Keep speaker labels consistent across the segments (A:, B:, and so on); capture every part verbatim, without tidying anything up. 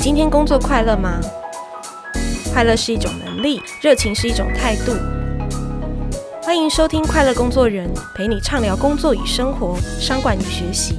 A: 今天工作快乐吗？快乐是一种能力，热情是一种态度。欢迎收听快乐工作人，陪你畅聊工作与生活、商管与学习。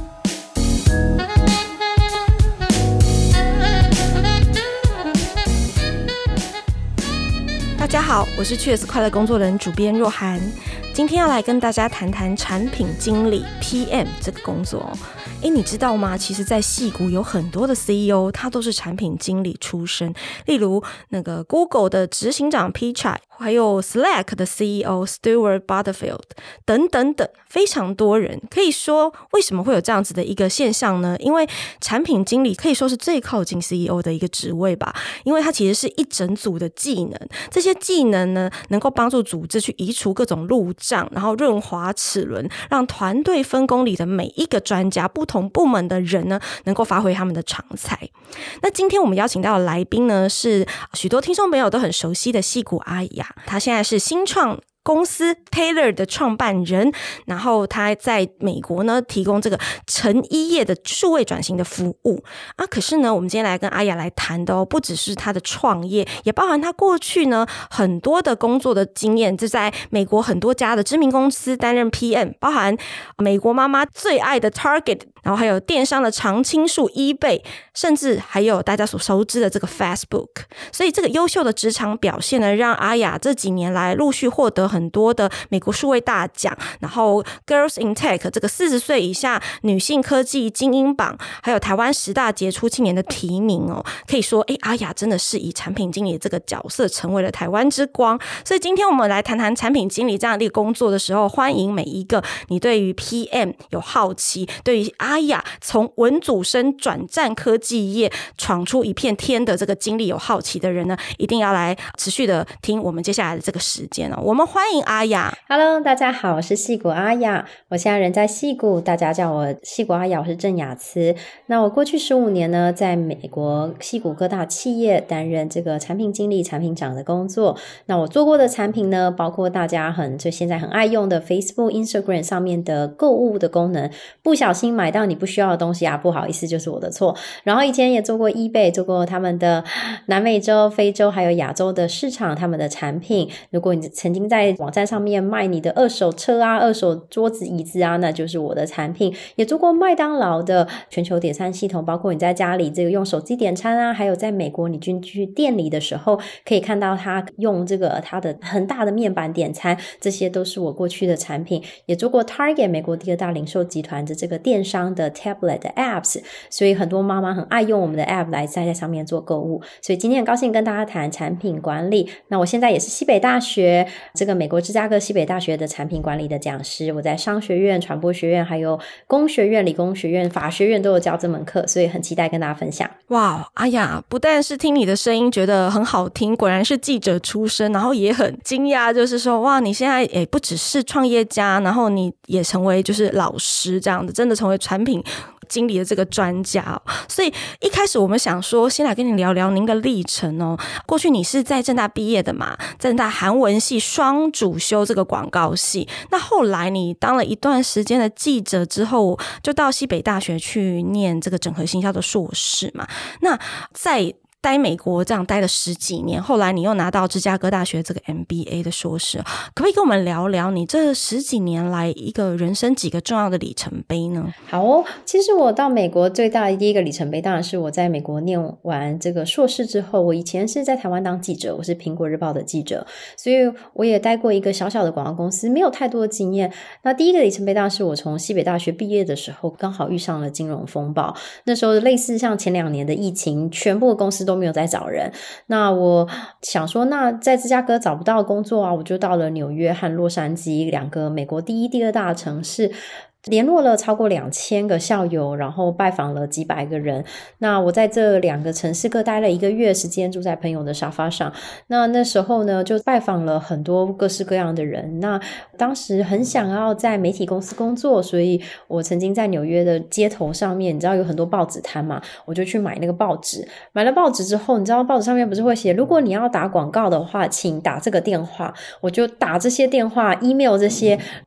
A: 大家好，我是 Cheers 快乐工作人主编若涵，今天要来跟大家谈谈产品经理 P M 这个工作。诶，你知道吗？其实在矽谷有很多的 C E O 他都是产品经理出身，例如那个 Google 的执行长 Pichai， 还有 Slack 的 C E O Stewart Butterfield 等等等，非常多人。可以说为什么会有这样子的一个现象呢？因为产品经理可以说是最靠近 C E O 的一个职位吧，因为它其实是一整组的技能，这些技能呢能够帮助组织去移除各种路障，然后润滑齿轮，让团队分工里的每一个专家不同部门的人呢能够发挥他们的长才。那今天我们邀请到的来宾呢是许多听众朋友都很熟悉的矽谷阿雅，他现在是新创公司 Taylor 的创办人，然后他在美国呢提供这个成衣业的数位转型的服务啊。可是呢，我们今天来跟阿雅来谈的哦，不只是他的创业，也包含他过去呢很多的工作的经验，就在美国很多家的知名公司担任 P M， 包含美国妈妈最爱的 Target， 然后还有电商的常青树 eBay， 甚至还有大家所熟知的这个 Facebook。所以这个优秀的职场表现呢，让阿雅这几年来陆续获得很多的美国数位大奖，然后 Girls in Tech 这个四十岁以下女性科技精英榜，还有台湾十大杰出青年的提名哦。可以说，哎，阿雅真的是以产品经理这个角色成为了台湾之光。所以今天我们来谈谈产品经理这样的一个工作的时候，欢迎每一个你对于 P M 有好奇，对于阿雅从文组生转战科技业，闯出一片天的这个经历有好奇的人呢，一定要来持续的听我们接下来的这个时间哦。我们欢迎阿雅。
B: Hello， 大家好，我是矽谷阿雅，我现在人在矽谷，大家叫我矽谷阿雅，我是郑雅慈。那我过去十五年呢，在美国矽谷各大企业担任这个产品经理、产品长的工作。那我做过的产品呢，包括大家很就现在很爱用的 Facebook、Instagram 上面的购物的功能，不小心买到你不需要的东西啊，不好意思，就是我的错。然后以前也做过 eBay， 做过他们的南美洲、非洲还有亚洲的市场，他们的产品。如果你曾经在网站上面卖你的二手车啊、二手桌子椅子啊，那就是我的产品。也做过麦当劳的全球点餐系统，包括你在家里这个用手机点餐啊，还有在美国你进去店里的时候可以看到他用这个他的很大的面板点餐，这些都是我过去的产品。也做过 Target 美国第二大零售集团的这个电商的 tablet 的 apps， 所以很多妈妈很爱用我们的 app 来在在上面做购物。所以今天很高兴跟大家谈产品管理。那我现在也是西北大学这个美国芝加哥西北大学的产品管理的讲师，我在商学院、传播学院还有工学院、理工学院、法学院都有教这门课，所以很期待跟大家分享。
A: 哇，阿雅不但是听你的声音觉得很好听，果然是记者出身，然后也很惊讶，就是说哇，你现在也不只是创业家，然后你也成为就是老师这样的，真的成为产品经理的这个专家哦。所以一开始我们想说先来跟你聊聊您的历程哦。过去你是在政大毕业的嘛，政大韩文系双主修这个广告系，那后来你当了一段时间的记者之后，就到西北大学去念这个整合行销的硕士嘛。那在待美国这样待了十几年，后来你又拿到芝加哥大学这个 M B A 的硕士，可不可以跟我们聊聊你这十几年来一个人生几个重要的里程碑呢？
B: 好哦，其实我到美国最大的第一个里程碑当然是我在美国念完这个硕士之后，我以前是在台湾当记者，我是苹果日报的记者，所以我也待过一个小小的广告公司，没有太多的经验。那第一个里程碑当然是我从西北大学毕业的时候，刚好遇上了金融风暴，那时候类似像前两年的疫情，全部的公司都都没有在找人。那我想说，那在芝加哥找不到工作啊，我就到了纽约和洛杉矶两个美国第一、第二大的城市，联络了超过两千个校友，然后拜访了几百个人。那我在这两个城市各待了一个月时间，住在朋友的沙发上。那那时候呢，就拜访了很多各式各样的人。那当时很想要在媒体公司工作，所以我曾经在纽约的街头上面，你知道有很多报纸摊嘛，我就去买那个报纸。买了报纸之后，你知道报纸上面不是会写，如果你要打广告的话，请打这个电话。我就打这些电话 email 这些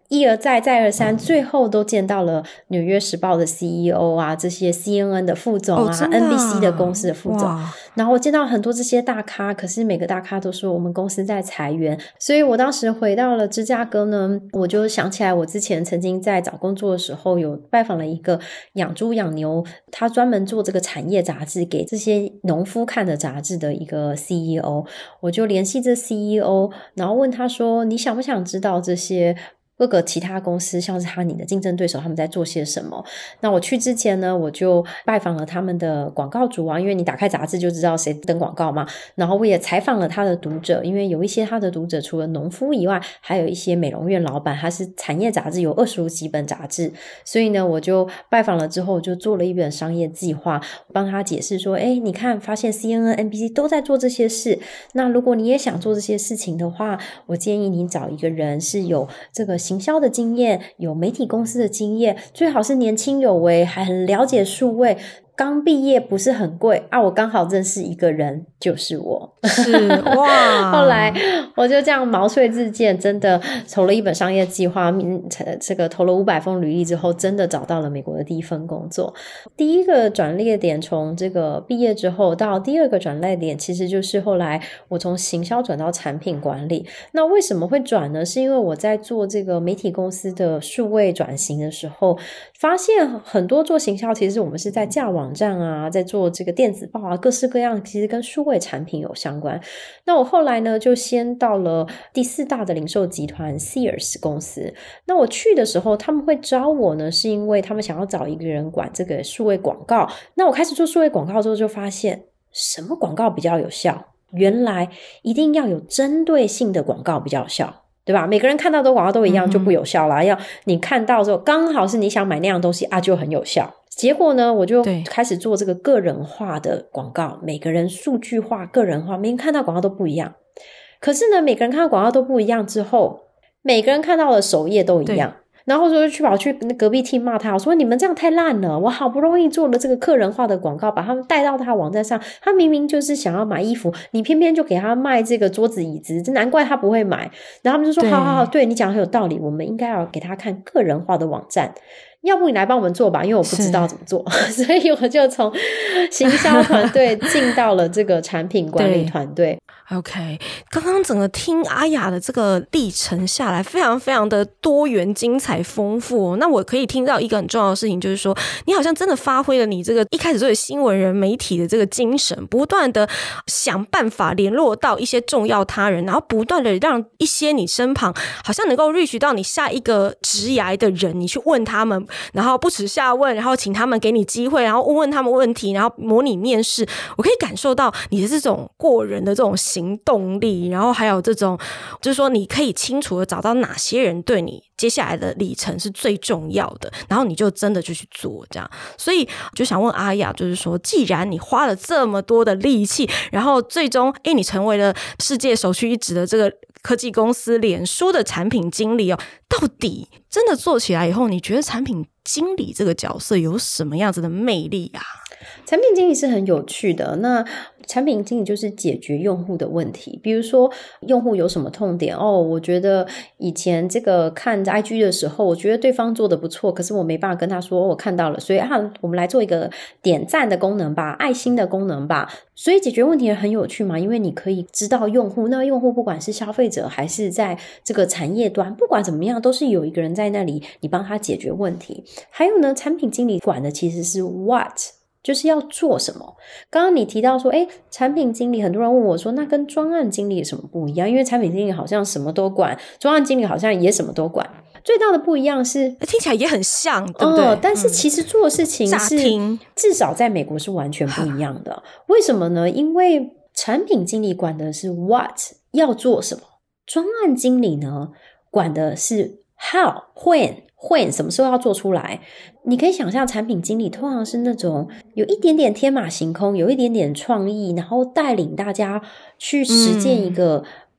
B: 一而再再而三，最后都见到了纽约时报的 C E O 啊，这些 C N N 的副总啊、
A: 哦、
B: N B C 的公司的副总，然后我见到很多这些大咖，可是每个大咖都说我们公司在裁员，所以我当时回到了芝加哥呢，我就想起来我之前曾经在找工作的时候有拜访了一个养猪养牛，他专门做这个产业杂志给这些农夫看的杂志的一个 C E O， 我就联系这 C E O， 然后问他说你想不想知道这些各个其他公司像是他你的竞争对手他们在做些什么。那我去之前呢，我就拜访了他们的广告主啊，因为你打开杂志就知道谁登广告嘛，然后我也采访了他的读者，因为有一些他的读者除了农夫以外还有一些美容院老板，他是产业杂志有二十几本杂志，所以呢我就拜访了之后就做了一本商业计划，帮他解释说诶你看发现 C N N N B C 都在做这些事，那如果你也想做这些事情的话，我建议你找一个人是有这个行销的经验，有媒体公司的经验，最好是年轻有为，还很了解数位，刚毕业不是很贵啊，我刚好认识一个人，就是我。
A: 是哇！
B: 后来我就这样毛遂自荐，真的投了一本商业计划，这个投了五百封履历之后，真的找到了美国的第一份工作。第一个转捩点从这个毕业之后到第二个转捩点，其实就是后来我从行销转到产品管理。那为什么会转呢？是因为我在做这个媒体公司的数位转型的时候，发现很多做行销其实我们是在架网站啊，在做这个电子报啊，各式各样其实跟数位产品有相关。那我后来呢就先到了第四大的零售集团 Sears 公司，那我去的时候他们会招我呢，是因为他们想要找一个人管这个数位广告。那我开始做数位广告之后就发现什么广告比较有效，原来一定要有针对性的广告比较有效，对吧？每个人看到的广告都一样就不有效啦、嗯、要你看到之后刚好是你想买那样东西啊，就很有效。结果呢我就开始做这个个人化的广告，每个人数据化个人化，每个人看到广告都不一样，可是呢每个人看到广告都不一样之后，每个人看到的首页都一样，然后就去跑去隔壁 team 骂他，我说你们这样太烂了，我好不容易做了这个个人化的广告，把他们带到他网站上，他明明就是想要买衣服，你偏偏就给他卖这个桌子椅子，这难怪他不会买。然后他们就说好好好，对，你讲得很有道理，我们应该要给他看个人化的网站，要不你来帮我们做吧，因为我不知道怎么做。所以我就从行销团队进到了这个产品管理团队。
A: OK， 刚刚整个听阿雅的这个历程下来，非常非常的多元、精彩、丰富、哦。那我可以听到一个很重要的事情，就是说，你好像真的发挥了你这个一开始作为新闻人、媒体的这个精神，不断的想办法联络到一些重要他人，然后不断的让一些你身旁好像能够 reach 到你下一个职涯的人，你去问他们，然后不耻下问，然后请他们给你机会，然后问问他们问题，然后模拟面试。我可以感受到你的这种过人的这种行动力，然后还有这种就是说你可以清楚的找到哪些人对你接下来的里程是最重要的，然后你就真的就去做这样。所以就想问阿雅，就是说既然你花了这么多的力气，然后最终诶你成为了世界首屈一指的这个科技公司脸书的产品经理哦，到底真的做起来以后，你觉得产品经理这个角色有什么样子的魅力啊？
B: 产品经理是很有趣的，那产品经理就是解决用户的问题，比如说用户有什么痛点哦，我觉得以前这个看 I G 的时候，我觉得对方做的不错，可是我没办法跟他说、哦、我看到了，所以啊，我们来做一个点赞的功能吧，爱心的功能吧。所以解决问题很有趣嘛，因为你可以知道用户，那用户不管是消费者还是在这个产业端，不管怎么样都是有一个人在那里，你帮他解决问题。还有呢，产品经理管的其实是 what，就是要做什么。刚刚你提到说诶产品经理，很多人问我说那跟专案经理有什么不一样，因为产品经理好像什么都管，专案经理好像也什么都管。最大的不一样是
A: 听起来也很像，对不对、
B: 哦、但是其实做的事情是、
A: 嗯、
B: 至少在美国是完全不一样的。为什么呢？因为产品经理管的是 what， 要做什么，专案经理呢管的是 how， when when 什么时候要做出来。你可以想象产品经理通常是那种有一点点天马行空，有一点点创意，然后带领大家去实践一个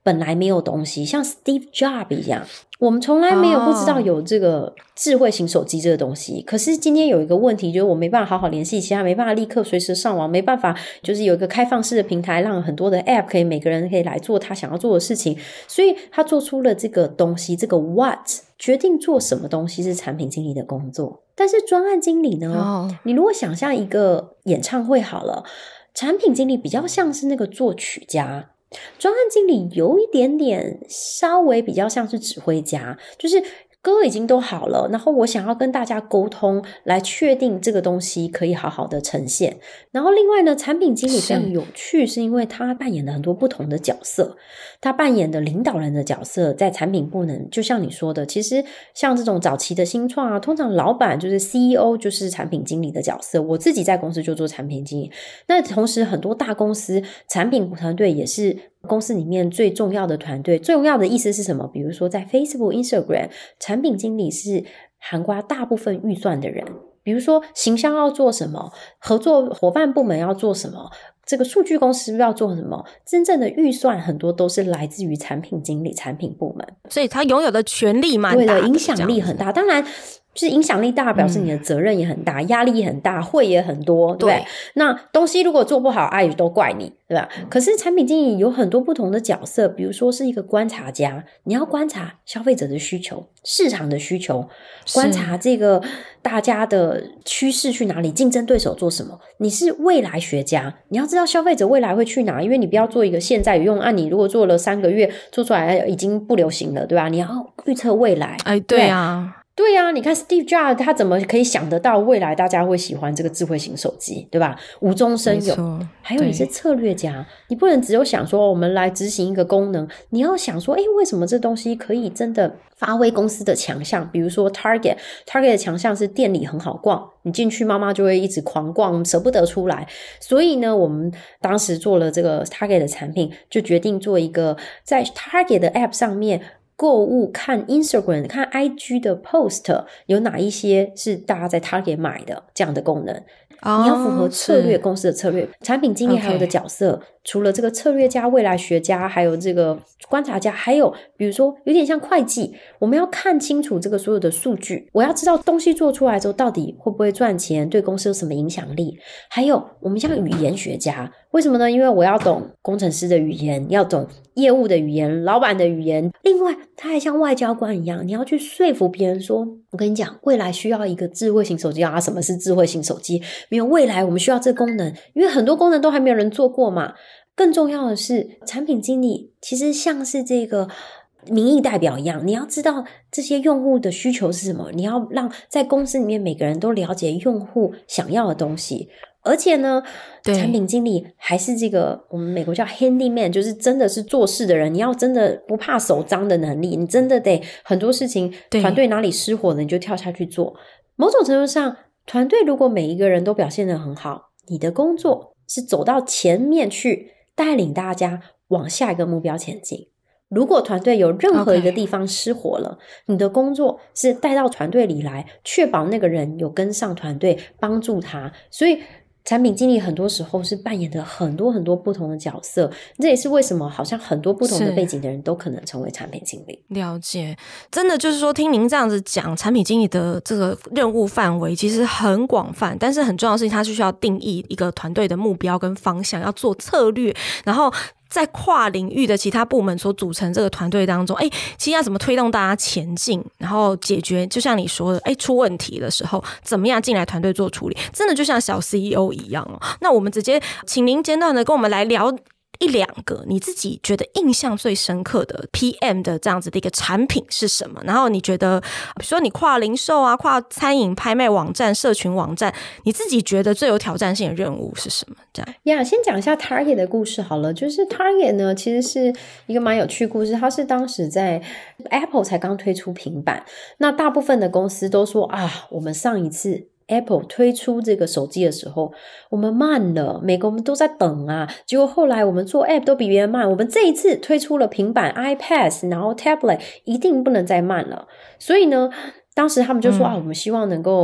B: 本来没有东西，像 Steve Jobs 一样，我们从来没有不知道有这个智慧型手机这个东西、哦、可是今天有一个问题，就是我没办法好好联系其他，没办法立刻随时上网，没办法就是有一个开放式的平台，让很多的 App 可以每个人可以来做他想要做的事情，所以他做出了这个东西，这个 What 决定做什么东西是产品经理的工作。但是专案经理呢、哦、你如果想象一个演唱会好了，产品经理比较像是那个作曲家，专案经理有一点点稍微比较像是指挥家，就是歌已经都好了，然后我想要跟大家沟通来确定这个东西可以好好的呈现。然后另外呢，产品经理非常有趣，是因为他扮演了很多不同的角色，他扮演的领导人的角色，在产品部门就像你说的，其实像这种早期的新创啊，通常老板就是 C E O 就是产品经理的角色，我自己在公司就做产品经理。那同时很多大公司产品团队也是公司里面最重要的团队，最重要的意思是什么？比如说在 Facebook、Instagram， 产品经理是涵盖大部分预算的人，比如说行销要做什么，合作伙伴部门要做什么，这个数据公司要做什么，真正的预算很多都是来自于产品经理、产品部门，
A: 所以他拥有的权力蛮大的，
B: 对的，影响力很大。当然就是影响力大表示你的责任也很大、嗯、压力也很大，会也很多，对不对？那东西如果做不好，哎，都怪你，对吧？可是产品经理有很多不同的角色，比如说是一个观察家，你要观察消费者的需求、市场的需求，观察这个大家的趋势去哪里，竞争对手做什么。你是未来学家，你要知道消费者未来会去哪，因为你不要做一个现在有用啊，你如果做了三个月做出来已经不流行了，对吧？你要预测未来。
A: 哎，对啊。
B: 对啊，你看 Steve Jobs 他怎么可以想得到未来大家会喜欢这个智慧型手机，对吧？无中生有。还有你是策略家，你不能只有想说我们来执行一个功能，你要想说诶为什么这东西可以真的发挥公司的强项。比如说 Target Target 的强项是店里很好逛，你进去妈妈就会一直狂逛，舍不得出来。所以呢我们当时做了这个 Target 的产品，就决定做一个在 Target 的 App 上面购物，看 Instagram 看 I G 的 post 有哪一些是大家在 Target 买的这样的功能、哦、你要符合策略，公司的策略。产品经理还有的角色、okay. 除了这个策略家、未来学家，还有这个观察家，还有比如说有点像会计，我们要看清楚这个所有的数据，我要知道东西做出来之后到底会不会赚钱，对公司有什么影响力。还有我们像语言学家，为什么呢？因为我要懂工程师的语言，要懂业务的语言，老板的语言。另外他还像外交官一样，你要去说服别人说，我跟你讲未来需要一个智慧型手机啊，什么是智慧型手机？没有，未来我们需要这个功能，因为很多功能都还没有人做过嘛。更重要的是产品经理其实像是这个民意代表一样，你要知道这些用户的需求是什么，你要让在公司里面每个人都了解用户想要的东西。而且呢产品经理还是这个我们美国叫 handyman， 就是真的是做事的人，你要真的不怕手脏的能力，你真的得很多事情团队哪里失火了你就跳下去做。某种程度上团队如果每一个人都表现得很好，你的工作是走到前面去带领大家往下一个目标前进。如果团队有任何一个地方失火了、okay. 你的工作是带到团队里来，确保那个人有跟上团队，帮助他。所以产品经理很多时候是扮演的很多很多不同的角色，这也是为什么好像很多不同的背景的人都可能成为产品经理。
A: 了解，真的就是说听您这样子讲，产品经理的这个任务范围其实很广泛，但是很重要的事情，它是需要定义一个团队的目标跟方向，要做策略，然后在跨领域的其他部门所组成这个团队当中，哎，其实要怎么推动大家前进，然后解决就像你说的，哎，出问题的时候怎么样进来团队做处理，真的就像小 C E O 一样哦。那我们直接请您简短的跟我们来聊一两个你自己觉得印象最深刻的 P M 的这样子的一个产品是什么，然后你觉得比如说你跨零售啊，跨餐饮拍卖网站、社群网站，你自己觉得最有挑战性的任务是什么？这样
B: 呀、yeah, 先讲一下 Target 的故事好了。就是 Target 呢其实是一个蛮有趣的故事，它是当时在 Apple 才刚推出平板，那大部分的公司都说啊，我们上一次Apple 推出这个手机的时候我们慢了，每个我们都在等啊，结果后来我们做 App 都比别人慢，我们这一次推出了平板 iPad 然后 Tablet 一定不能再慢了。所以呢当时他们就说、嗯、啊，我们希望能够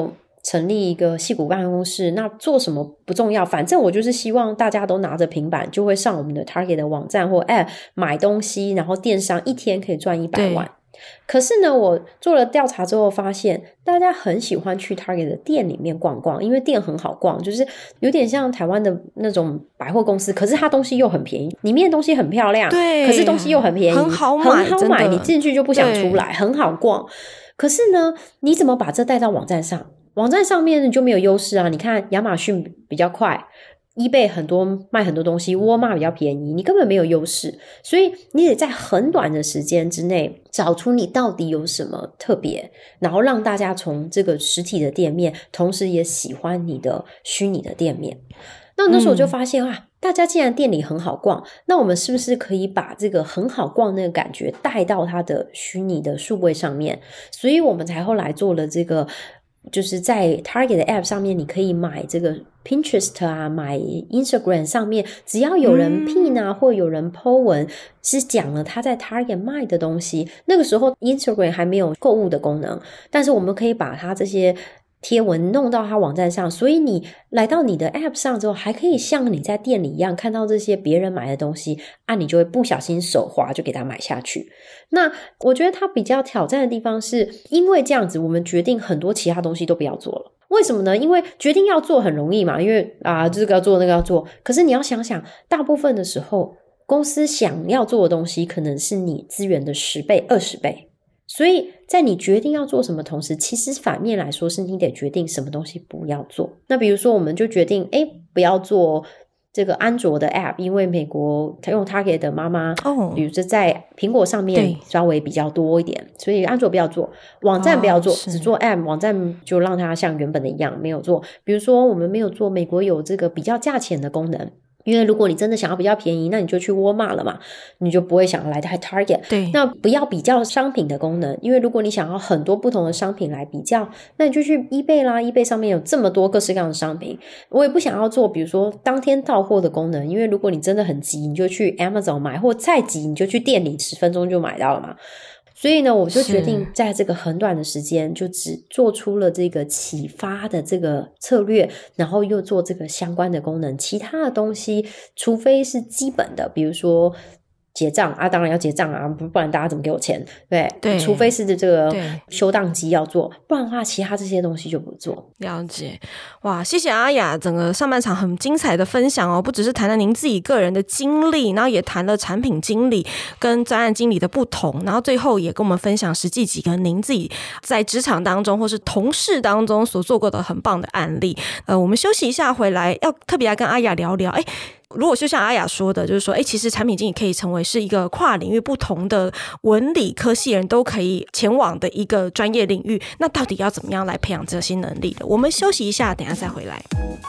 B: 成立一个矽谷办公室，那做什么不重要，反正我就是希望大家都拿着平板就会上我们的 Target 的网站或 App 买东西，然后电商一天可以赚一百万。可是呢，我做了调查之后发现，大家很喜欢去 Target 的店里面逛逛，因为店很好逛，就是有点像台湾的那种百货公司，可是它东西又很便宜，里面的东西很漂亮，
A: 对，
B: 可是东西又很便宜，
A: 很好买，
B: 很好买，你进去就不想出来，很好逛。可是呢，你怎么把这带到网站上？网站上面就没有优势啊！你看亚马逊比较快，eBay 很多卖很多东西，沃尔玛比较便宜，你根本没有优势，所以你得在很短的时间之内找出你到底有什么特别，然后让大家从这个实体的店面，同时也喜欢你的虚拟的店面。那那时候我就发现、嗯、啊，大家既然店里很好逛，那我们是不是可以把这个很好逛那个感觉带到它的虚拟的数位上面？所以我们才后来做了这个，就是在 Target 的 App 上面，你可以买这个 Pinterest 啊，买 Instagram 上面，只要有人 pin 啊、嗯、或有人 po 文是讲了他在 Target 卖的东西，那个时候 Instagram 还没有购物的功能，但是我们可以把它这些贴文弄到他网站上，所以你来到你的 App 上之后，还可以像你在店里一样看到这些别人买的东西啊，你就会不小心手滑就给他买下去。那我觉得它比较挑战的地方是，因为这样子我们决定很多其他东西都不要做了。为什么呢？因为决定要做很容易嘛，因为啊这个要做那个要做，可是你要想想，大部分的时候公司想要做的东西可能是你资源的十倍二十倍，所以在你决定要做什么同时，其实反面来说是你得决定什么东西不要做。那比如说我们就决定诶不要做这个安卓的 App， 因为美国用 Target 的妈妈、oh, 比如说在苹果上面稍微比较多一点，所以安卓不要做，网站不要做、oh, 只做 App， 网站就让它像原本的一样没有做。比如说我们没有做美国有这个比较价钱的功能，因为如果你真的想要比较便宜，那你就去沃尔玛了嘛，你就不会想要来 Target。 对，那不要比较商品的功能，因为如果你想要很多不同的商品来比较，那你就去 eBay 啦， eBay 上面有这么多各式各样的商品。我也不想要做比如说当天到货的功能，因为如果你真的很急，你就去 Amazon 买，或再急你就去店里十分钟就买到了嘛。所以呢，我就决定在这个很短的时间就只做出了这个启发的这个策略，然后又做这个相关的功能，其他的东西除非是基本的，比如说结账啊，当然要结账啊，不然大家怎么给我钱？对对，除非是这个休档机要做，不然的话其他这些东西就不做。
A: 了解。哇，谢谢阿雅整个上半场很精彩的分享哦，不只是谈了您自己个人的经历，然后也谈了产品经理跟专案经理的不同，然后最后也跟我们分享实际几个您自己在职场当中或是同事当中所做过的很棒的案例。呃，我们休息一下回来要特别来跟阿雅聊聊，哎，如果就像阿雅说的，就是说诶其实产品经理可以成为是一个跨领域不同的文理科系人都可以前往的一个专业领域，那到底要怎么样来培养这些能力的？我们休息一下，等一下再回来。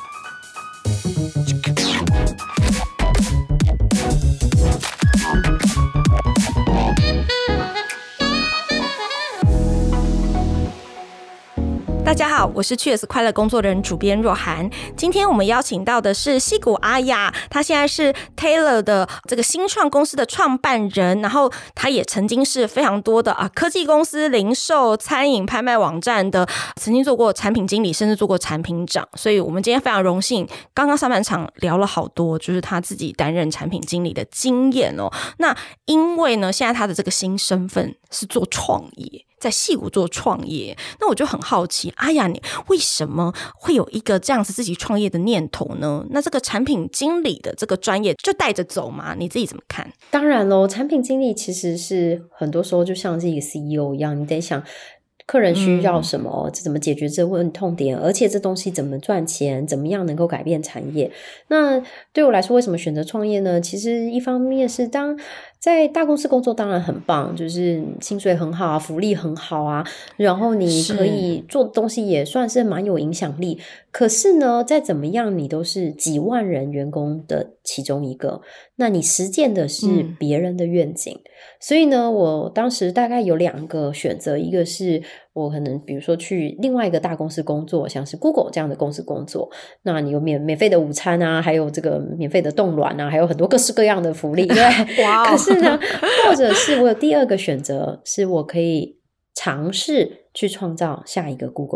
A: 大家好，我是 Cheers 快乐工作人主编若涵。今天我们邀请到的是矽谷阿雅，她现在是 Taylor 的这个新创公司的创办人，然后她也曾经是非常多的啊科技公司、零售、餐饮、拍卖网站的，曾经做过产品经理，甚至做过产品长。所以我们今天非常荣幸，刚刚上半场聊了好多，就是她自己担任产品经理的经验哦。那因为呢，现在她的这个新身份是做创业。在矽谷做创业，那我就很好奇，阿雅，你为什么会有一个这样子自己创业的念头呢？那这个产品经理的这个专业就带着走吗？你自己怎么看？
B: 当然咯，产品经理其实是很多时候就像是一个 C E O 一样，你得想客人需要什么、嗯、这怎么解决这问痛点，而且这东西怎么赚钱，怎么样能够改变产业。那对我来说为什么选择创业呢？其实一方面是当在大公司工作当然很棒，就是薪水很好啊，福利很好啊，然后你可以做的东西也算是蛮有影响力。可是呢，再怎么样你都是几万人员工的其中一个，那你实践的是别人的愿景、嗯、所以呢，我当时大概有两个选择，一个是我可能比如说去另外一个大公司工作，像是 Google 这样的公司工作，那你有免免费的午餐啊，还有这个免费的冻卵啊，还有很多各式各样的福利，对。哇、哦、可是呢，或者是我有第二个选择，是我可以尝试去创造下一个 Google。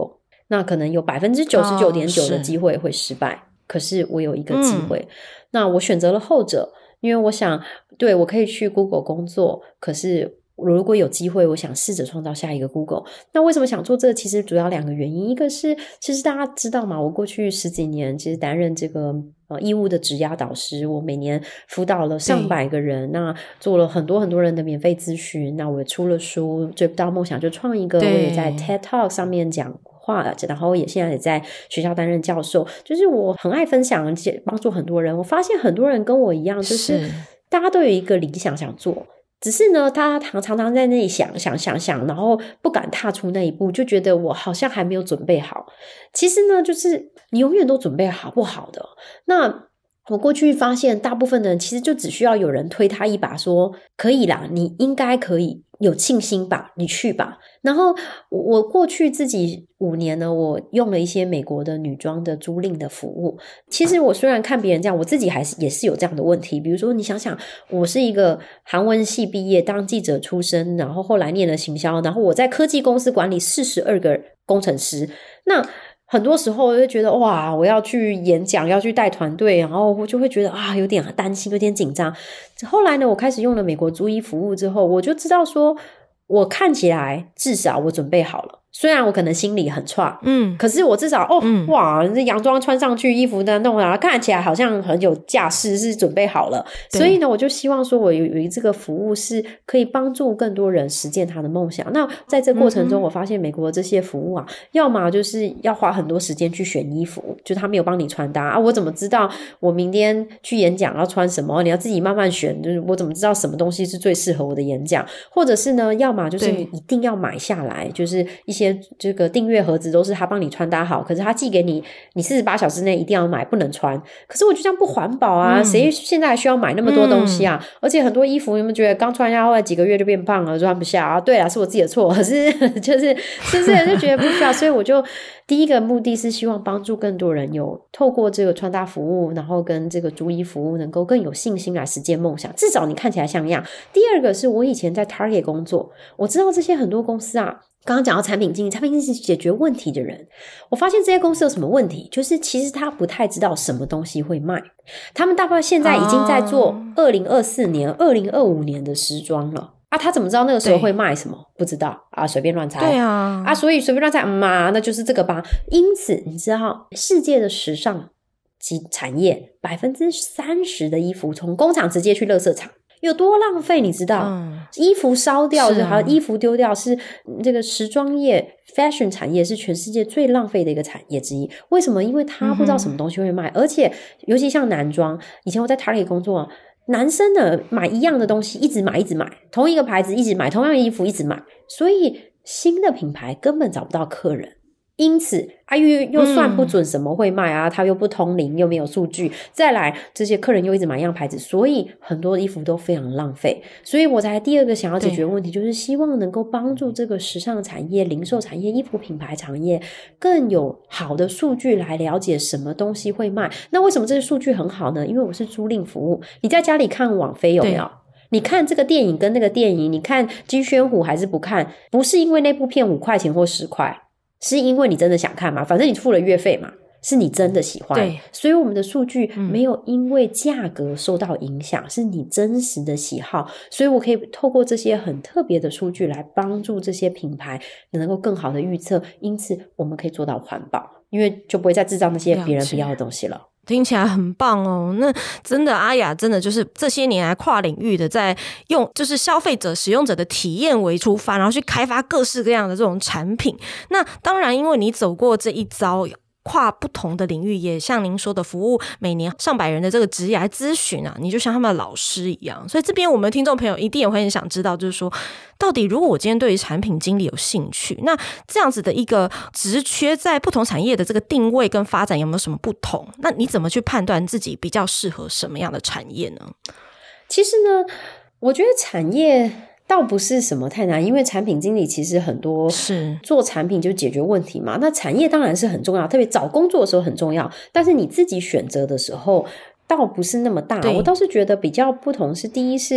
B: 那可能有 百分之九十九点九 的机会会失败、哦、是可是我有一个机会、嗯、那我选择了后者，因为我想对我可以去 Google 工作，可是如果有机会我想试着创造下一个 Google。 那为什么想做这个，其实主要两个原因，一个是其实大家知道嘛，我过去十几年其实担任这个呃义务的职涯导师，我每年辅导了上百个人，那做了很多很多人的免费咨询，那我也出了书，追不到梦想就创一个，我也在 TED Talk 上面讲话，然后也现在也在学校担任教授，就是我很爱分享帮助很多人。我发现很多人跟我一样，就是大家都有一个理想想做，只是呢他常常常在那里想想想想，然后不敢踏出那一步，就觉得我好像还没有准备好。其实呢就是你永远都准备好不好的。那我过去发现大部分的人其实就只需要有人推他一把，说可以啦，你应该可以，有信心吧，你去吧。然后我过去自己五年呢，我用了一些美国的女装的租赁的服务。其实我虽然看别人这样，我自己还是也是有这样的问题。比如说你想想，我是一个韩文系毕业，当记者出身，然后后来念了行销，然后我在科技公司管理四十二个工程师。那很多时候我就觉得哇，我要去演讲，要去带团队，然后我就会觉得啊，有点担心，有点紧张。后来呢，我开始用了美国租衣服务之后，我就知道说我看起来至少我准备好了，虽然我可能心里很差，嗯，可是我至少哦、嗯，哇，这洋装穿上去，衣服的弄啊，看起来好像很有架势，是准备好了。所以呢，我就希望说我有有这个服务是可以帮助更多人实践他的梦想。那在这过程中，我发现美国这些服务啊，嗯、要么就是要花很多时间去选衣服，就他没有帮你穿搭啊，我怎么知道我明天去演讲要穿什么？你要自己慢慢选，就是我怎么知道什么东西是最适合我的演讲？或者是呢，要么就是你一定要买下来，就是一些这个订阅盒子都是他帮你穿搭好，可是他寄给你，你四十八小时内一定要买，不能穿。可是我就这样不环保啊，谁、嗯、现在还需要买那么多东西啊、嗯、而且很多衣服你们觉得刚穿下后来几个月就变胖了，穿不下啊。对啊，是我自己的错，可是就是就是就觉得不需要。所以我就第一个目的是希望帮助更多人有透过这个穿搭服务，然后跟这个租衣服务能够更有信心来实践梦想，至少你看起来像样。第二个是我以前在 Target 工作，我知道这些很多公司啊，刚刚讲到产品经理，产品经理是解决问题的人。我发现这些公司有什么问题，就是其实他不太知道什么东西会卖。他们大概现在已经在做二零二四年、二零二五年的时装了啊，他怎么知道那个时候会卖什么？不知道啊，随便乱猜。对啊，啊，所以随便乱猜，嗯啊，那就是这个吧。因此，你知道世界的时尚及产业百分之三十的衣服从工厂直接去垃圾场。有多浪费你知道、嗯、衣服烧掉是、啊、还有衣服丢掉是这个时装业 fashion 产业是全世界最浪费的一个产业之一。为什么？因为他不知道什么东西会卖、嗯、而且尤其像男装，以前我在 Target 工作，男生呢买一样的东西一直买一直买，同一个牌子一直买，同样的衣服一直买，所以新的品牌根本找不到客人。因此啊，又又算不准什么会卖啊，它、嗯、又不通灵，又没有数据，再来这些客人又一直买一样牌子，所以很多衣服都非常浪费。所以我才第二个想要解决问题，就是希望能够帮助这个时尚产业、零售产业、衣服品牌产业更有好的数据来了解什么东西会卖。那为什么这些数据很好呢？因为我是租赁服务，你在家里看网飞有没有？你看这个电影跟那个电影，你看金宣虎还是不看，不是因为那部片五块钱或十块，是因为你真的想看嘛，反正你付了月费嘛，是你真的喜欢。对，所以我们的数据没有因为价格受到影响、嗯、是你真实的喜好。所以我可以透过这些很特别的数据来帮助这些品牌能够更好的预测，因此我们可以做到环保，因为就不会再制造那些别人不要的东西了。
A: 听起来很棒哦，那真的阿雅真的就是这些年来跨领域的在用就是消费者使用者的体验为出发，然后去开发各式各样的这种产品。那当然因为你走过这一遭，跨不同的领域，也像您说的服务每年上百人的这个职业咨询啊，你就像他们的老师一样。所以这边我们听众朋友一定也会很想知道，就是说到底如果我今天对于产品经理有兴趣，那这样子的一个职缺在不同产业的这个定位跟发展有没有什么不同？那你怎么去判断自己比较适合什么样的产业呢？
B: 其实呢，我觉得产业倒不是什么太难，因为产品经理其实很多是做产品就解决问题嘛。那产业当然是很重要，特别找工作的时候很重要，但是你自己选择的时候倒不是那么大。我倒是觉得比较不同是，第一是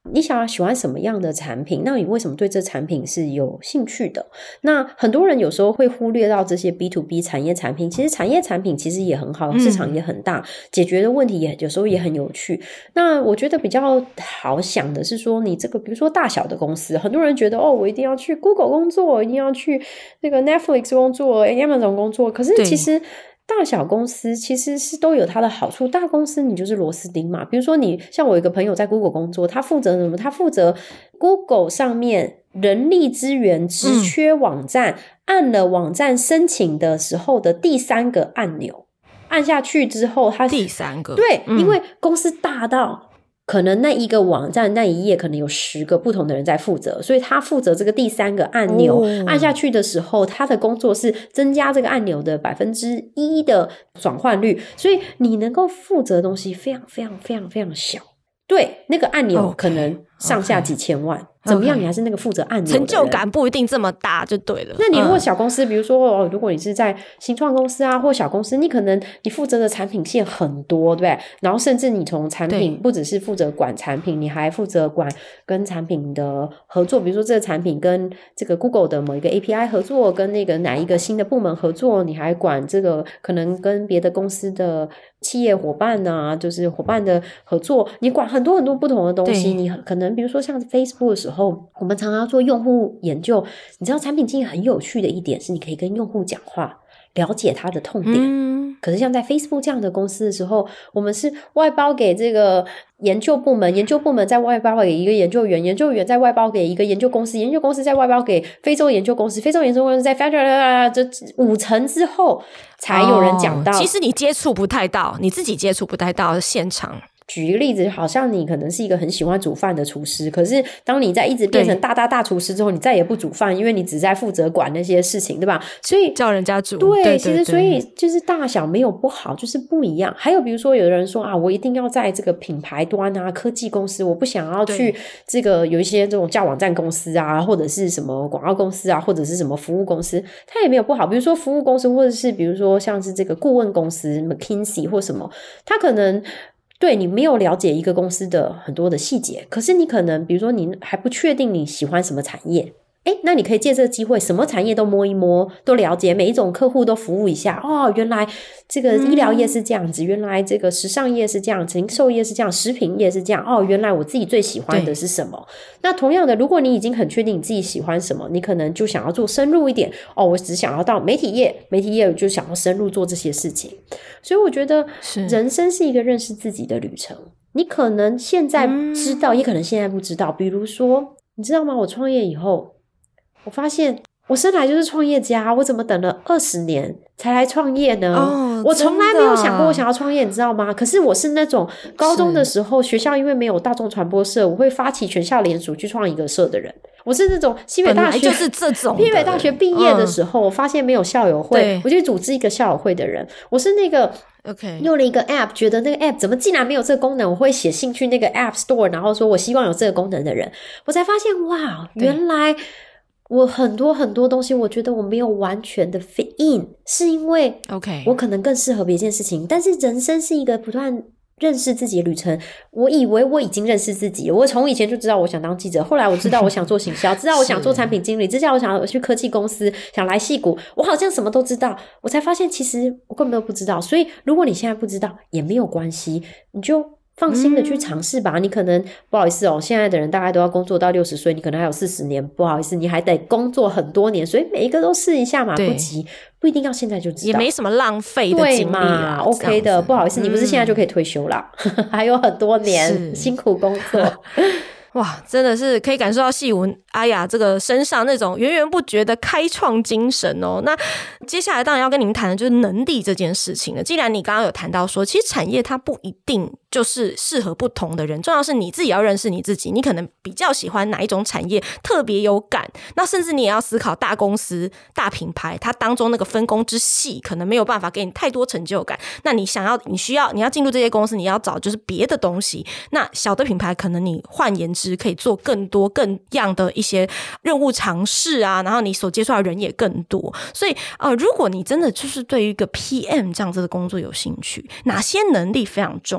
B: 你想要喜欢什么样的产品，那你为什么对这产品是有兴趣的。那很多人有时候会忽略到这些 B to B 产业产品，其实产业产品其实也很好，市场也很大、嗯、解决的问题也有时候也很有趣。那我觉得比较好想的是说，你这个比如说大小的公司，很多人觉得哦，我一定要去 Google 工作，一定要去那个 Netflix 工作 Amazon 工作，可是其实大小公司其实是都有它的好处，大公司你就是螺丝钉嘛。比如说你像我有一个朋友在 Google 工作，他负责什么？他负责 Google 上面人力资源职缺网站、嗯、按了网站申请的时候的第三个按钮，按下去之后他
A: 第三个
B: 对、嗯、因为公司大到可能那一个网站那一页可能有十个不同的人在负责，所以他负责这个第三个按钮、哦、按下去的时候他的工作是增加这个按钮的百分之一的转换率，所以你能够负责的东西非常非常非常非常小。对，那个按钮可能上下几千万、okay, okay. 怎么样你还是那个负责按钮的人，
A: 成就感不一定这么大就对了。
B: 那你如果小公司、嗯、比如说、哦、如果你是在新创公司啊或小公司，你可能你负责的产品线很多，对不对？然后甚至你从产品不只是负责管产品，你还负责管跟产品的合作，比如说这个产品跟这个 Google 的某一个 A P I 合作，跟那个哪一个新的部门合作，你还管这个可能跟别的公司的企业伙伴啊，就是伙伴的合作，你管很多很多不同的东西。你可能比如说像 Facebook 的时候，我们常常做用户研究，你知道产品经理很有趣的一点是你可以跟用户讲话，了解他的痛点、嗯、可是像在 Facebook 这样的公司的时候，我们是外包给这个研究部门，研究部门再外包给一个研究员，研究员再外包给一个研究公司，研究公司再外包给非洲研究公司，非洲研究公司在这五层之后才有人讲到、哦、
A: 其实你接触不太到，你自己接触不太到现场。
B: 举一个例子，好像你可能是一个很喜欢煮饭的厨师，可是当你在一直变成大大大厨师之后，你再也不煮饭，因为你只在负责管那些事情，对吧？所以
A: 叫人家煮。
B: 对,
A: 对, 对, 对，
B: 其实所以就是大小没有不好，就是不一样。还有比如说有的人说啊，我一定要在这个品牌端啊科技公司，我不想要去这个有一些这种架网站公司啊，或者是什么广告公司啊，或者是什么服务公司，它也没有不好。比如说服务公司，或者是比如说像是这个顾问公司 McKinsey 或什么，它可能对你没有了解一个公司的很多的细节，可是你可能比如说你还不确定你喜欢什么产业，诶，那你可以借这个机会什么产业都摸一摸，都了解，每一种客户都服务一下。哦，原来这个医疗业是这样子、嗯、原来这个时尚业是这样，零售业是这样，食品业是这样。哦，原来我自己最喜欢的是什么。那同样的，如果你已经很确定你自己喜欢什么，你可能就想要做深入一点。哦，我只想要到媒体业，媒体业就想要深入做这些事情。所以我觉得人生是一个认识自己的旅程，你可能现在知道、嗯、也可能现在不知道。比如说你知道吗，我创业以后我发现我生来就是创业家，我怎么等了二十年才来创业呢？哦，我从来没有想过我想要创业，你知道吗？可是我是那种高中的时候学校因为没有大众传播社，我会发起全校联署去创一个社的人。我是那种西北大学
A: 就是这种
B: 西北大学毕业的时候、嗯、我发现没有校友会，我就组织一个校友会的人。我是那个
A: OK
B: 用了一个 app 觉得那个 app 怎么竟然没有这个功能，我会写信去那个 app store 然后说我希望有这个功能的人。我才发现哇，原来我很多很多东西我觉得我没有完全的 fit in， 是因为
A: OK
B: 我可能更适合别件事情。但是人生是一个不断认识自己的旅程，我以为我已经认识自己了，我从以前就知道我想当记者，后来我知道我想做行销知道我想做产品经理，知道我想去科技公司，想来矽谷，我好像什么都知道。我才发现其实我根本都不知道。所以如果你现在不知道也没有关系，你就放心的去尝试吧、嗯、你可能不好意思哦，现在的人大概都要工作到六十岁，你可能还有四十年，不好意思，你还得工作很多年，所以每一个都试一下嘛，不急，不一定要现在就知道，
A: 也没什么浪费的经历
B: 嘛 OK 的，不好意思、嗯、你不是现在就可以退休啦还有很多年辛苦工作
A: 哇，真的是可以感受到矽谷阿雅这个身上那种源源不绝的开创精神哦。那接下来当然要跟您谈的就是能力这件事情了。既然你刚刚有谈到说其实产业它不一定就是适合不同的人，重要是你自己要认识你自己，你可能比较喜欢哪一种产业特别有感，那甚至你也要思考大公司大品牌它当中那个分工之细可能没有办法给你太多成就感，那你想要你需要你要进入这些公司，你要找就是别的东西。那小的品牌可能你换言之可以做更多更样的一些任务尝试啊，然后你所接触的人也更多。所以呃，如果你真的就是对于一个 P M 这样子的工作有兴趣，哪些能力非常重要，然后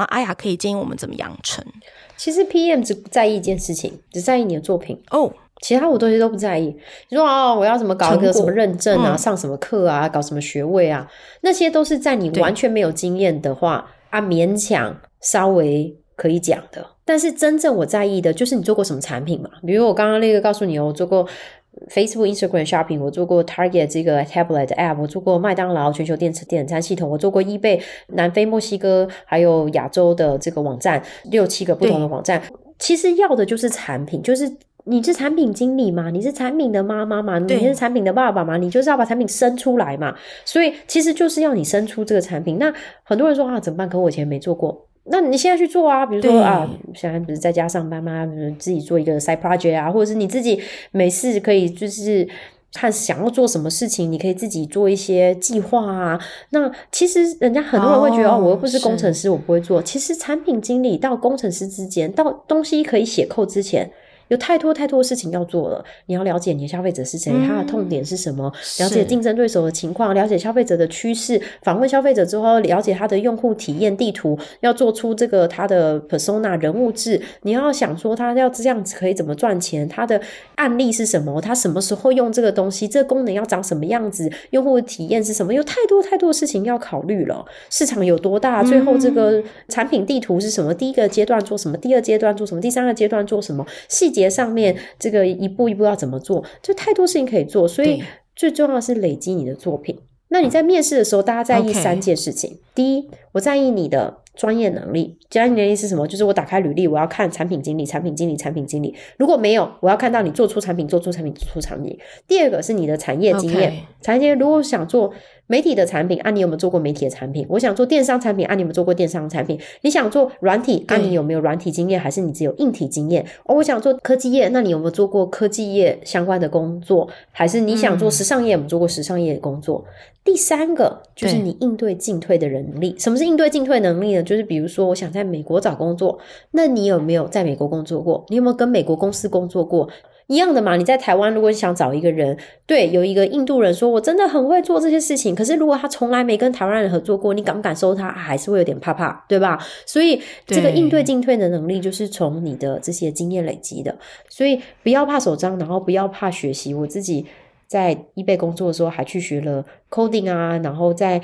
A: 阿雅可以建议我们怎么养成？
B: 其实 P M 只在意一件事情，只在意你的作品
A: 哦，
B: 其他我东西都不在意。你说哦，我要怎么搞一个什么认证啊、嗯、上什么课啊，搞什么学位啊，那些都是在你完全没有经验的话啊，勉强稍微可以讲的。但是真正我在意的就是你做过什么产品嘛，比如我刚刚那个告诉你哦，我做过 Facebook、Instagram Shopping， 我做过 Target 这个 Tablet App， 我做过麦当劳全球电点餐系统，我做过 eBay 南非、墨西哥还有亚洲的这个网站，六七个不同的网站。其实要的就是产品，就是你是产品经理嘛，你是产品的妈妈嘛，你是产品的爸爸嘛，你就是要把产品生出来嘛，所以其实就是要你生出这个产品。那很多人说啊怎么办，可我以前没做过，那你现在去做啊，比如说啊，现在不是在家上班吗？比如自己做一个 side project 啊，或者是你自己没事可以就是看想要做什么事情，你可以自己做一些计划啊。那其实人家很多人会觉得 哦, 哦，我又不是工程师，我不会做。其实产品经理到工程师之间，到东西可以写扣之前，有太多太多事情要做了。你要了解你的消费者是谁、嗯、他的痛点是什么，了解竞争对手的情况，了解消费者的趋势，访问消费者之后了解他的用户体验地图，要做出这个他的 persona 人物志，你要想说他要这样子可以怎么赚钱，他的案例是什么，他什么时候用这个东西，这个功能要长什么样子，用户的体验是什么，有太多太多事情要考虑了。市场有多大，最后这个产品地图是什么，第一个阶段做什么，第二阶段做什么，第三个阶段做什么，细节上面这个一步一步要怎么做，就太多事情可以做。所以最重要的是累积你的作品。那你在面试的时候大家在意三件事情、okay. 第一，我在意你的专业能力。专业能力是什么？就是我打开履历，我要看产品经理产品经理产品经理，如果没有，我要看到你做出产品做出产品做出产品。第二个是你的产业经验、okay. 产业经验，如果想做媒体的产品啊，你有没有做过媒体的产品？我想做电商产品啊，你有没有做过电商产品？你想做软体啊，你有没有软体经验，还是你只有硬体经验？哦，我想做科技业，那你有没有做过科技业相关的工作？还是你想做时尚业，有没有做过时尚业的工作？第三个就是你应对进退的能力。什么是应对进退能力呢？就是比如说我想在美国找工作，那你有没有在美国工作过？你有没有跟美国公司工作过？一样的嘛，你在台湾如果你想找一个人，对，有一个印度人说我真的很会做这些事情，可是如果他从来没跟台湾人合作过，你敢不敢收他？还是会有点怕怕，对吧？所以这个应对进退的能力就是从你的这些经验累积的。所以不要怕手章，然后不要怕学习。我自己在eBay工作的时候还去学了 coding 啊，然后在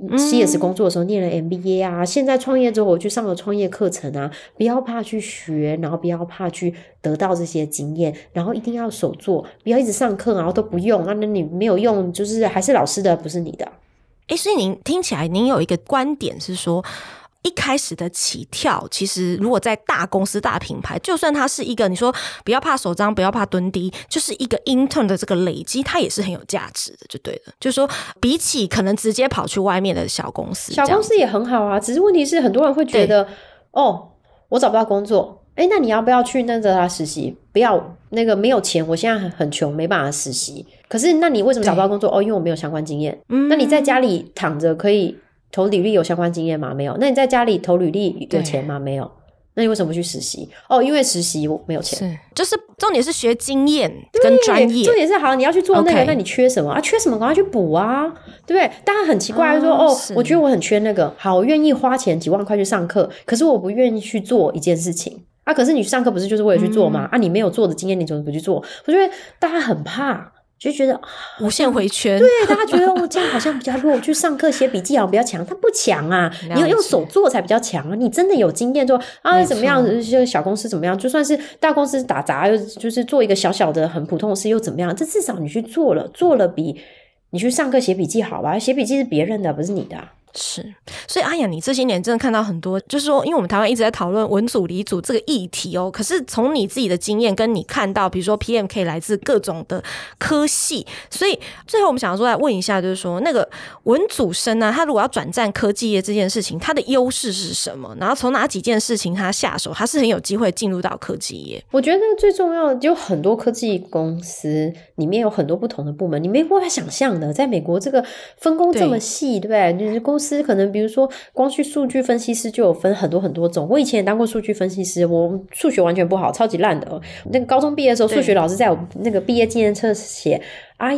B: C S 工作的时候念了 M B A 啊、嗯、现在创业之后我去上了创业课程啊。不要怕去学，然后不要怕去得到这些经验，然后一定要手做，不要一直上课然后都不用，那你没有用就是还是老师的不是你的。
A: 诶，所以您听起来您有一个观点是说，一开始的起跳其实如果在大公司大品牌，就算它是一个你说不要怕手章不要怕蹲低，就是一个 intern 的这个累积，它也是很有价值的，就对了。就是说比起可能直接跑去外面的小公司，
B: 小公司也很好啊，只是问题是很多人会觉得哦我找不到工作，诶，那你要不要去那个实习？不要，那个没有钱，我现在很很穷没办法实习。可是那你为什么找不到工作？哦，因为我没有相关经验、嗯、那你在家里躺着可以投履历有相关经验吗？没有。那你在家里投履历有钱吗？没有。那你为什么不去实习？哦，因为实习我没有钱。
A: 是，就是重点是学经验跟专业。
B: 重点是好，你要去做那个， okay. 那你缺什么啊？缺什么赶快去补啊，对不对？大家很奇怪，就说哦，哦我觉得我很缺那个，好，我愿意花钱几万块去上课，可是我不愿意去做一件事情啊。可是你去上课不是就是为了去做吗？嗯、啊，你没有做的经验，你怎么不去做？我觉得大家很怕。就觉得
A: 无限回圈，
B: 对，大家觉得我、哦、这样好像比较弱，我去上课写笔记好像比较强，他不强啊，你要用手做才比较强啊。你真的有经验做啊，怎么样？就小公司怎么样？就算是大公司打杂，又就是做一个小小的很普通的事又怎么样？这至少你去做了，做了比你去上课写笔记好吧？写笔记是别人的，不是你的、啊。
A: 是，所以阿雅，你这些年真的看到很多，就是说因为我们台湾一直在讨论文组理组这个议题哦，可是从你自己的经验跟你看到比如说 P M 可以来自各种的科系，所以最后我们想说来问一下，就是说那个文组生呢、啊，他如果要转战科技业这件事情，他的优势是什么？然后从哪几件事情他下手，他是很有机会进入到科技业？
B: 我觉得最重要的就很多科技公司里面有很多不同的部门，你没办法想象的，在美国这个分工这么细， 对, 对不对？就是公司可能比如说光去数据分析师就有分很多很多种，我以前也当过数据分析师，我数学完全不好，超级烂的。那个高中毕业的时候，数学老师在我那个毕业纪念册写阿雅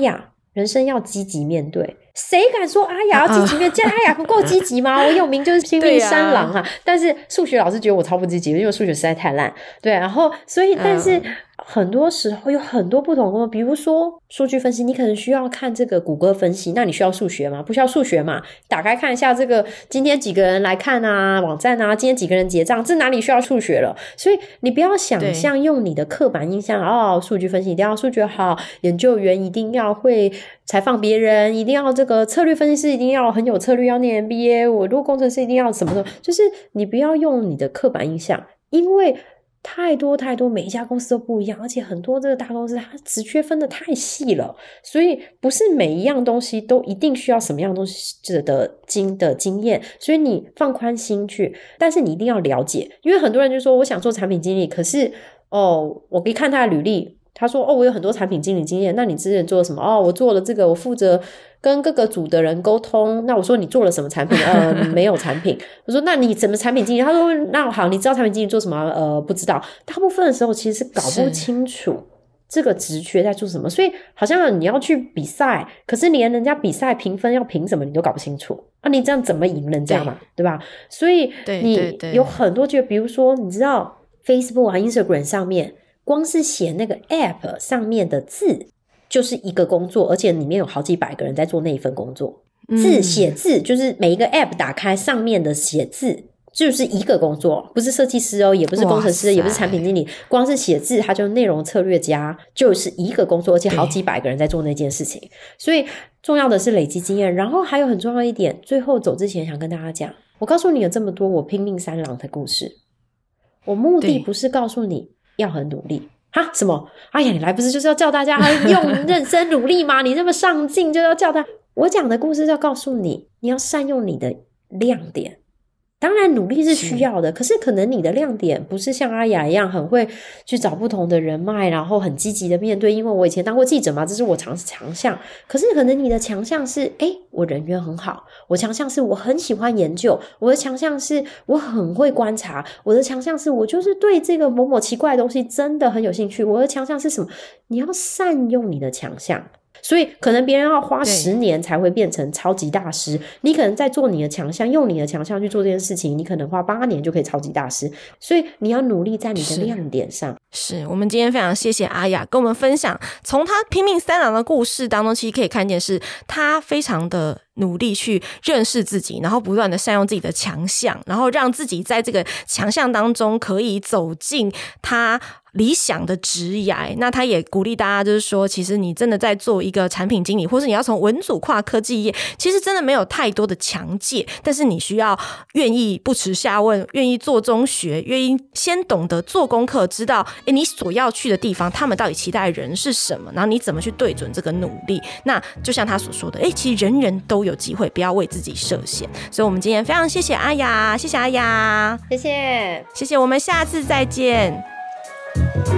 B: 人生要积极面对。谁敢说阿雅要积极面对？阿雅不够积极吗？我有名就是拼命三郎啊！但是数学老师觉得我超不积极，因为我数学实在太烂。对，然后所以但是很多时候有很多不同的工作，比如说数据分析，你可能需要看这个谷歌分析，那你需要数学吗？不需要数学嘛？打开看一下这个今天几个人来看啊，网站啊，今天几个人结账，这哪里需要数学了？所以你不要想象用你的刻板印象哦，数据分析一定要数学好，研究员一定要会采访别人，一定要这个策略分析师一定要很有策略，要念 M B A， 我如果工程师一定要什么的，就是你不要用你的刻板印象，因为太多太多，每一家公司都不一样，而且很多这个大公司它职缺分的太细了，所以不是每一样东西都一定需要什么样东西的经的经验，所以你放宽心去，但是你一定要了解，因为很多人就说我想做产品经理，可是哦，我可以看他的履历，他说哦，我有很多产品经理经验，那你之前做了什么？哦，我做了这个，我负责跟各个组的人沟通。那我说你做了什么产品？呃，没有产品。我说那你怎么产品经理？他说那好，你知道产品经理做什么？呃，不知道。大部分的时候其实是搞不清楚这个职缺在做什么，所以好像你要去比赛，可是连人家比赛评分要评什么你都搞不清楚啊！你这样怎么赢人家嘛？ 对, 对吧？所以你有很多就比如说你知道 Facebook 啊 Instagram 上面光是写那个 app 上面的字就是一个工作，而且里面有好几百个人在做那一份工作。字写字就是每一个 app 打开上面的写字就是一个工作，不是设计师哦，也不是工程师，也不是产品经理，光是写字它就是内容策略家，就是一个工作，而且好几百个人在做那件事情。所以重要的是累积经验，然后还有很重要一点，最后走之前想跟大家讲，我告诉你了这么多我拼命三郎的故事，我目的不是告诉你要很努力哈？什么？哎呀，你来不是就是要叫大家用认真努力吗？你这么上进就要叫他。我讲的故事是要告诉你，你要善用你的亮点。当然努力是需要的，可是可能你的亮点不是像阿雅一样很会去找不同的人脉，然后很积极的面对，因为我以前当过记者嘛，这是我强强项。可是可能你的强项是诶我人缘很好，我强项是我很喜欢研究，我的强项是我很会观察，我的强项是我就是对这个某某奇怪的东西真的很有兴趣，我的强项是什么？你要善用你的强项。所以可能别人要花十年才会变成超级大师，你可能在做你的强项，用你的强项去做这件事情，你可能花八年就可以超级大师。所以你要努力在你的亮点上。
A: 是, 是我们今天非常谢谢阿雅跟我们分享，从她拼命三郎的故事当中，其实可以看见是她非常的努力去认识自己，然后不断的善用自己的强项，然后让自己在这个强项当中可以走进她理想的职涯。那他也鼓励大家，就是说其实你真的在做一个产品经理，或是你要从文组跨科技业，其实真的没有太多的强界，但是你需要愿意不耻下问，愿意做中学，愿意先懂得做功课，知道诶你所要去的地方他们到底期待人是什么，然后你怎么去对准这个努力。那就像他所说的，诶其实人人都有机会，不要为自己设限。所以我们今天非常谢谢阿雅，谢谢阿雅，
B: 谢谢，
A: 谢谢，我们下次再见。